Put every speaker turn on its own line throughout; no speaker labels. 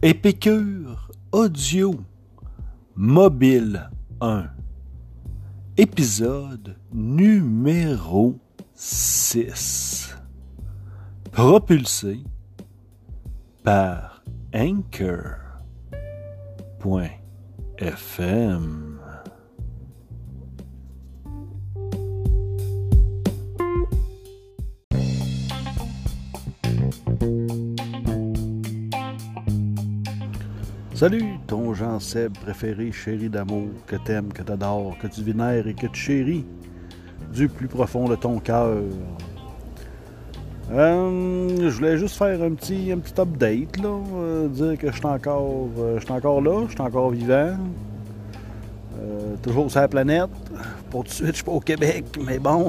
Épicure Audio Mobile 1 Épisode numéro 6 Propulsé par Anchor.fm. Salut, ton Jean-Seb préféré, chéri d'amour, que t'aimes, que t'adores, que tu vénères et que tu chéris du plus profond de ton cœur. Je voulais juste faire un petit update, là, dire que je suis encore là, je suis encore vivant, toujours sur la planète. Pour tout de suite, je suis pas au Québec, mais bon,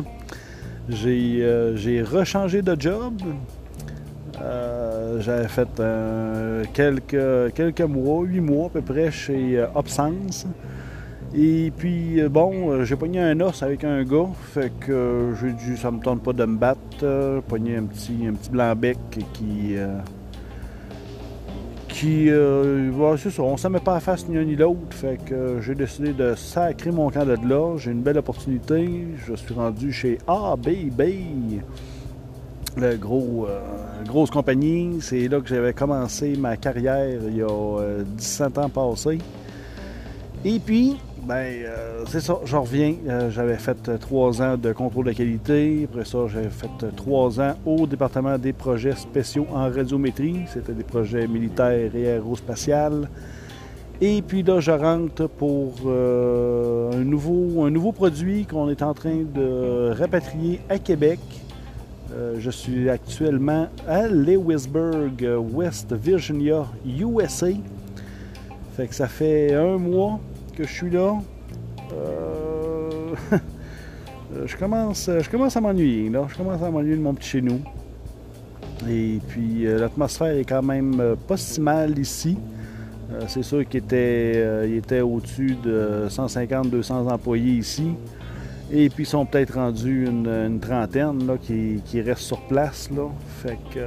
j'ai rechangé de job. J'avais fait quelques mois, 8 mois à peu près chez Opsense. Et puis, j'ai pogné un os avec un gars, fait que j'ai dit, ça me tente pas de me battre. J'ai pogné un petit blanc-bec c'est ça, on ne s'en met pas à face ni un ni l'autre, fait que j'ai décidé de sacrer mon camp de là. J'ai une belle opportunité, je suis rendu chez ABB. Grosse compagnie, c'est là que j'avais commencé ma carrière il y a 17 ans passés. Et puis, c'est ça, j'en reviens. J'avais fait 3 ans de contrôle de qualité. Après ça, j'avais fait 3 ans au département des projets spéciaux en radiométrie. C'était des projets militaires et aérospatiales. Et puis là, je rentre pour un nouveau produit qu'on est en train de rapatrier à Québec. Je suis actuellement à Lewisburg, West Virginia, USA. Fait que ça fait 1 mois que je suis là. Je commence à m'ennuyer, là. Je commence à m'ennuyer de mon petit chez nous. Et puis, l'atmosphère est quand même pas si mal ici. C'est sûr qu'il était au-dessus de 150-200 employés ici. Et puis, ils sont peut-être rendus une trentaine là, qui restent sur place. Là. Fait que,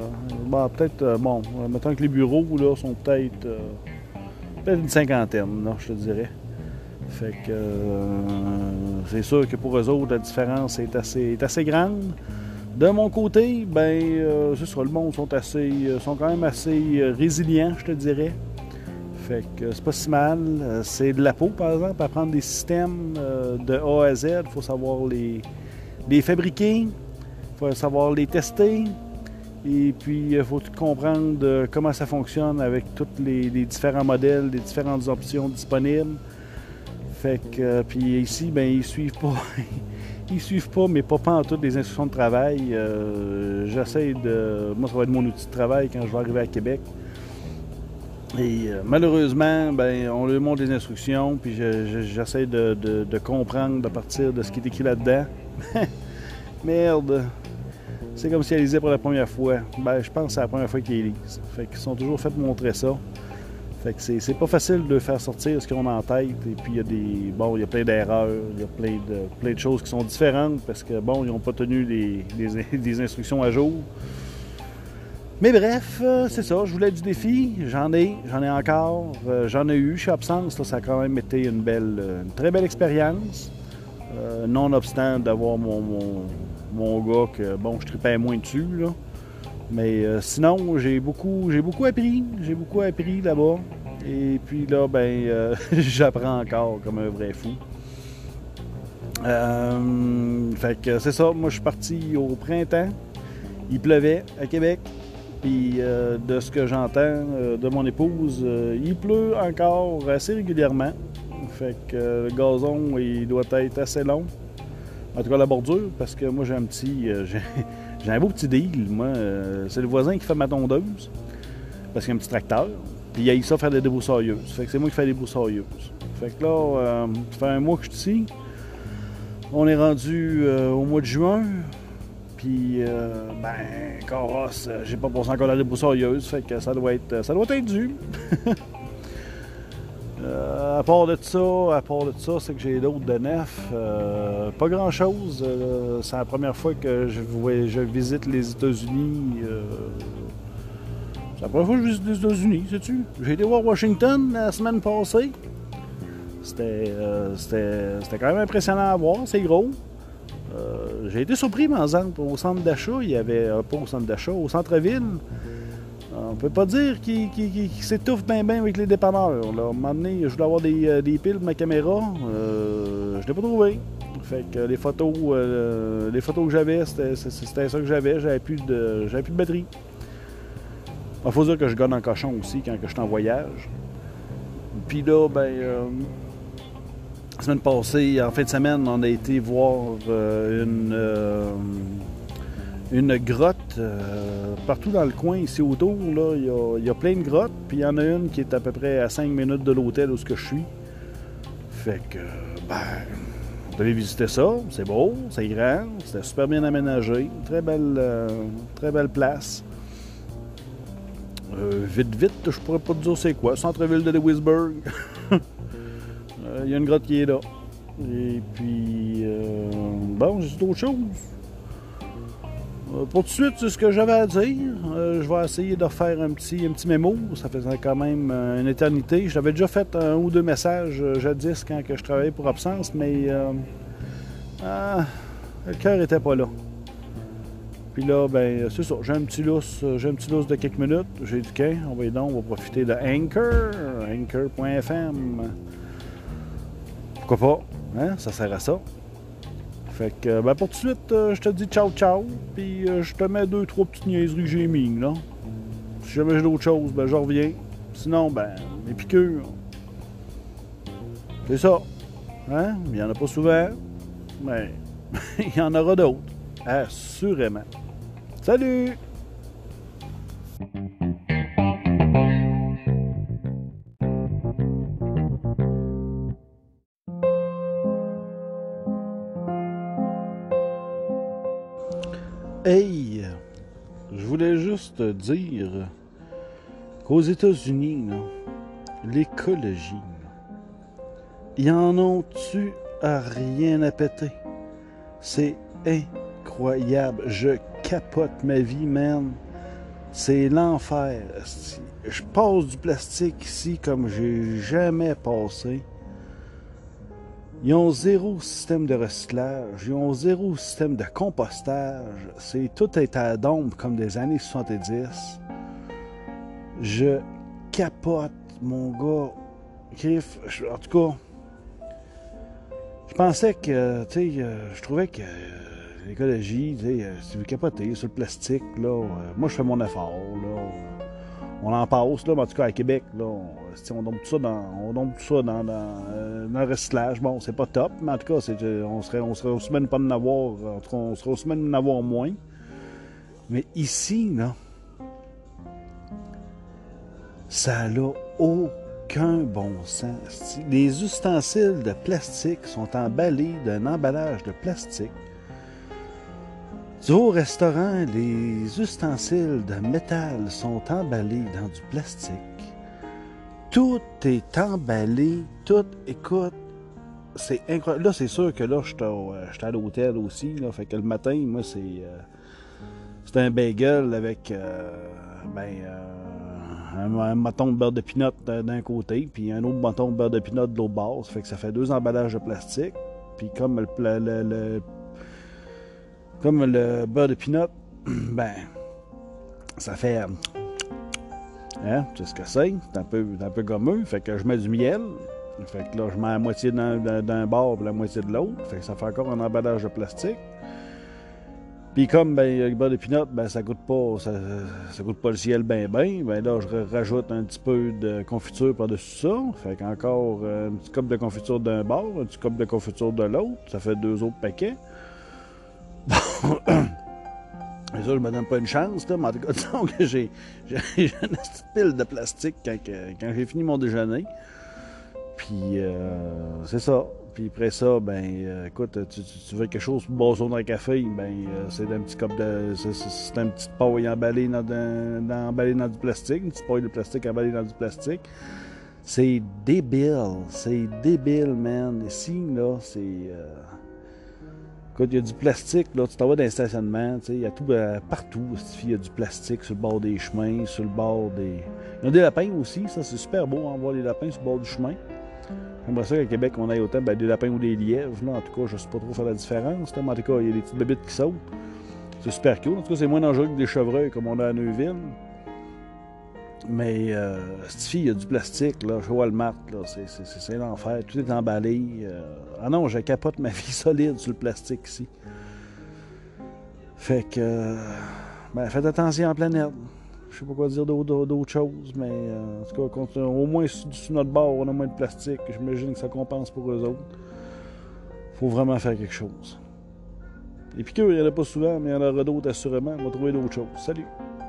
mettons que les bureaux là, sont peut-être une cinquantaine, là, je te dirais. Fait que, c'est sûr que pour eux autres, la différence est assez grande. De mon côté, c'est ça, le monde sont quand même assez résilients, je te dirais. Fait que c'est pas si mal. C'est de la peau, par exemple, apprendre des systèmes de A à Z. Il faut savoir les fabriquer, il faut savoir les tester. Et puis, il faut tout comprendre comment ça fonctionne avec tous les différents modèles, les différentes options disponibles. Fait que, puis ici, ils suivent pas. Ils suivent pas, mais pas en toutes les instructions de travail. Moi, ça va être mon outil de travail quand je vais arriver à Québec. Et malheureusement, on leur montre les instructions, puis j'essaie de comprendre à partir de ce qui est écrit là-dedans. Merde! C'est comme si elle lisait pour la première fois. Je pense que c'est la première fois qu'ils lisent. Fait qu'ils sont toujours fait montrer ça. Fait que c'est pas facile de faire sortir ce qu'on a en tête. Et puis il y a il y a plein d'erreurs, il y a plein de choses qui sont différentes parce que ils n'ont pas tenu des instructions à jour. Mais bref, c'est ça, je voulais du défi, j'en ai encore, j'en ai eu chez Opsense, là, ça a quand même été une très belle expérience, nonobstant d'avoir mon gars que, je tripais moins dessus, là. Mais sinon, j'ai beaucoup appris là-bas, et puis là, j'apprends encore comme un vrai fou. Fait que c'est ça, moi je suis parti au printemps, il pleuvait à Québec. Puis de ce que j'entends de mon épouse, il pleut encore assez régulièrement. Fait que le gazon, il doit être assez long. En tout cas, la bordure, parce que moi, j'ai un beau petit deal. Moi, c'est le voisin qui fait ma tondeuse, parce qu'il y a un petit tracteur. Puis il a ça faire des débroussailleuses. Fait que c'est moi qui fais des débroussailleuses. Fait que là, ça fait 1 mois que je suis ici. On est rendu au mois de juin. Puis, carrosse, j'ai pas passé encore la débroussailleuse, fait que ça doit être dû. À part de ça, c'est que j'ai d'autres de neuf. Pas grand-chose. C'est la première fois que je visite les États-Unis C'est la première fois que je visite les États-Unis, sais-tu? J'ai été voir Washington la semaine passée. C'était quand même impressionnant à voir, c'est gros. J'ai été surpris, par exemple, au centre d'achat, il y avait, pas au centre d'achat, au centre-ville, on peut pas dire qu'il s'étouffe bien avec les dépanneurs. Là. À un moment donné, je voulais avoir des piles de ma caméra, je l'ai pas trouvé. Fait que les photos que j'avais, c'était ça que j'avais, j'avais plus de batterie. Il faut dire que je gagne en cochon aussi quand je suis en voyage. Puis là, la semaine passée, en fin de semaine, on a été voir une grotte partout dans le coin, ici autour. Là, il y a plein de grottes, puis il y en a une qui est à peu près à 5 minutes de l'hôtel où je suis. Fait que, on devait visiter ça. C'est beau, c'est grand, c'était super bien aménagé. Très belle place. Vite, je pourrais pas te dire c'est quoi. Centre-ville de Lewisburg. Il y a une grotte qui est là. Et puis, j'ai d'autres choses. Pour tout de suite, c'est ce que j'avais à dire. Je vais essayer de refaire un petit mémo. Ça faisait quand même une éternité. J'avais déjà fait un ou deux messages jadis quand je travaillais pour Absence, mais le cœur était pas là. Puis là, c'est ça. J'ai un petit lousse de quelques minutes. J'ai dit, OK, on va profiter de Anchor.fm. Pourquoi pas? Hein? Ça sert à ça. Fait que, pour tout de suite, je te dis ciao, puis je te mets 2-3 petites niaiseries que j'ai mises, là. Si jamais j'ai d'autres choses, je reviens. Sinon, les piqûres. C'est ça. Hein? Il n'y en a pas souvent, mais il y en aura d'autres. Assurément. Salut! Hey! Je voulais juste te dire qu'aux États-Unis, là, l'écologie, ils en ont-tu à rien à péter? C'est incroyable. Je capote ma vie, man. C'est l'enfer. Je passe du plastique ici comme j'ai jamais passé. Ils ont zéro système de recyclage. Ils ont zéro système de compostage. Tout est à la dombe comme des années 70. Je capote, mon gars. Griff, en tout cas, je pensais que, je trouvais que l'écologie, si vous capotez sur le plastique, là, moi je fais mon effort, là. On en passe, là, mais en tout cas à Québec, là, on dompe tout ça dans le recyclage. Bon, c'est pas top, mais en tout cas, on serait aussi bien de pas en avoir, en tout cas, on serait aussi bien d'en avoir moins. Mais ici, là, ça n'a aucun bon sens. Les ustensiles de plastique sont emballés d'un emballage de plastique. Tu vas au restaurant, les ustensiles de métal sont emballés dans du plastique. Tout est emballé, écoute, c'est incroyable. Là, c'est sûr que là, je suis à l'hôtel aussi, là, fait que le matin, moi, c'est un bagel avec, un bâton de beurre de pinot d'un côté, puis un autre bâton de beurre de pinot de l'autre bord. Ça fait que ça fait 2 emballages de plastique. Puis comme le beurre de pinot, ça fait... Hein, tu sais ce que c'est? C'est un peu gommeux. Fait que je mets du miel. Fait que là, je mets la moitié d'un bord et la moitié de l'autre. Fait que ça fait encore un emballage de plastique. Puis comme le beurre de pinot, ça goûte pas le ciel bien. Là, je rajoute un petit peu de confiture par-dessus ça. Fait qu'encore un petit coupe de confiture d'un bord, un petit coupe de confiture de l'autre. Ça fait 2 autres paquets. Et ça, je me donne pas une chance, là, mais en tout cas, disons que j'ai une petite pile de plastique quand j'ai fini mon déjeuner. Puis, c'est ça. Puis après ça, écoute, tu veux quelque chose pour boire dans un café, c'est un petit cup c'est une petite paille emballée dans du plastique, une petite paille de plastique emballée dans du plastique. C'est débile, man. Ici, là, c'est... Écoute, il y a du plastique, là, tu t'en vas dans les stationnements, il y a tout partout. Il y a du plastique sur le bord des chemins, sur le bord des... Il y a des lapins aussi, ça c'est super beau, hein, voir les lapins sur le bord du chemin. J'aimerais ça qu'à Québec, on ait autant des lapins ou des lièvres. Là. En tout cas, je ne sais pas trop faire la différence. Là. Mais en tout cas, il y a des petites bébites qui sautent. C'est super cool. En tout cas, c'est moins dangereux que des chevreuils comme on a à Neuville. Mais cette fille, il y a du plastique. Là. Chez Walmart, là, c'est l'enfer. Tout est emballé. Ah non, je capote ma vie solide sur le plastique ici. Fait que... faites attention à la planète. Je sais pas quoi dire d'autres choses, mais en tout cas, au moins sur notre bord, on a moins de plastique. J'imagine que ça compense pour eux autres. Faut vraiment faire quelque chose. Les piqûres, il n'y en a pas souvent, mais il y en aura d'autres assurément. On va trouver d'autres choses. Salut!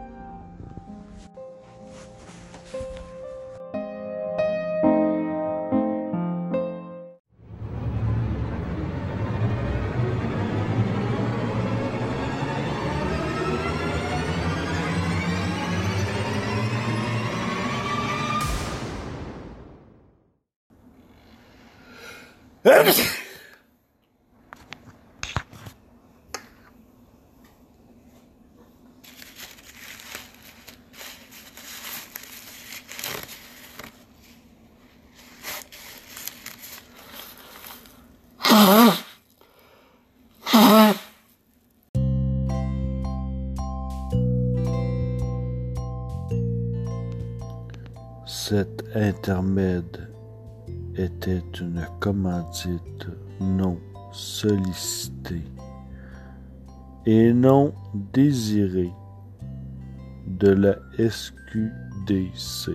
Cet intermède était une commandite non sollicitée et non désirée de la SQDC.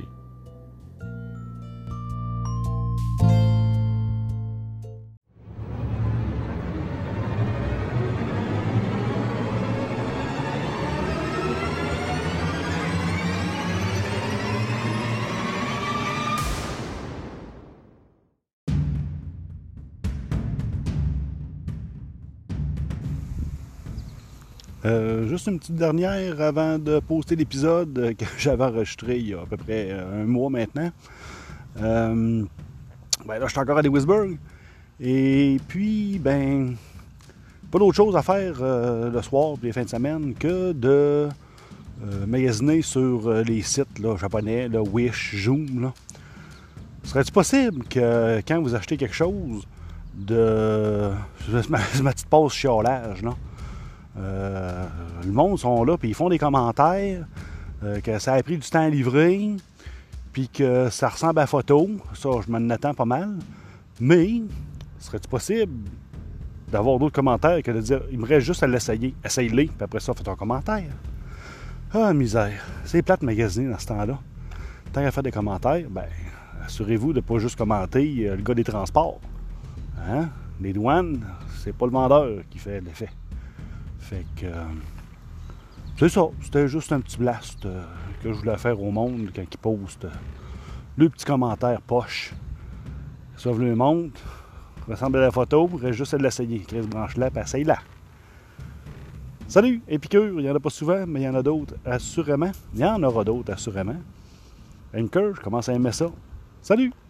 Juste une petite dernière avant de poster l'épisode que j'avais enregistré il y a à peu près un mois maintenant. Là, je suis encore à Lewisburg. Et puis, pas d'autre chose à faire le soir et les fins de semaine que de magasiner sur les sites là, japonais, là, Wish, Joom. Là. Serait-il possible que quand vous achetez quelque chose, ma petite pause chiolage, là, le monde sont là, puis ils font des commentaires, que ça a pris du temps à livrer, puis que ça ressemble à photo. Ça, je m'en attends pas mal. Mais, serait-il possible d'avoir d'autres commentaires que de dire, il me reste juste à l'essayer. Essaye-les, puis après ça, fais ton commentaire. Ah, misère. C'est plate de magasiner dans ce temps-là. Tant qu'à faire des commentaires, assurez-vous de ne pas juste commenter le gars des transports. Hein? Les douanes, c'est pas le vendeur qui fait l'effet. Fait que... c'est ça. C'était juste un petit blast que je voulais faire au monde quand ils postent le petit commentaire poche. Ça vous le montre. Ressemble à la photo. Il reste juste à l'essayer. Chris branche-la, puis essaye-la. Salut! Épicure, il n'y en a pas souvent, mais il y en a d'autres assurément. Il y en aura d'autres assurément. Anchor, je commence à aimer ça. Salut!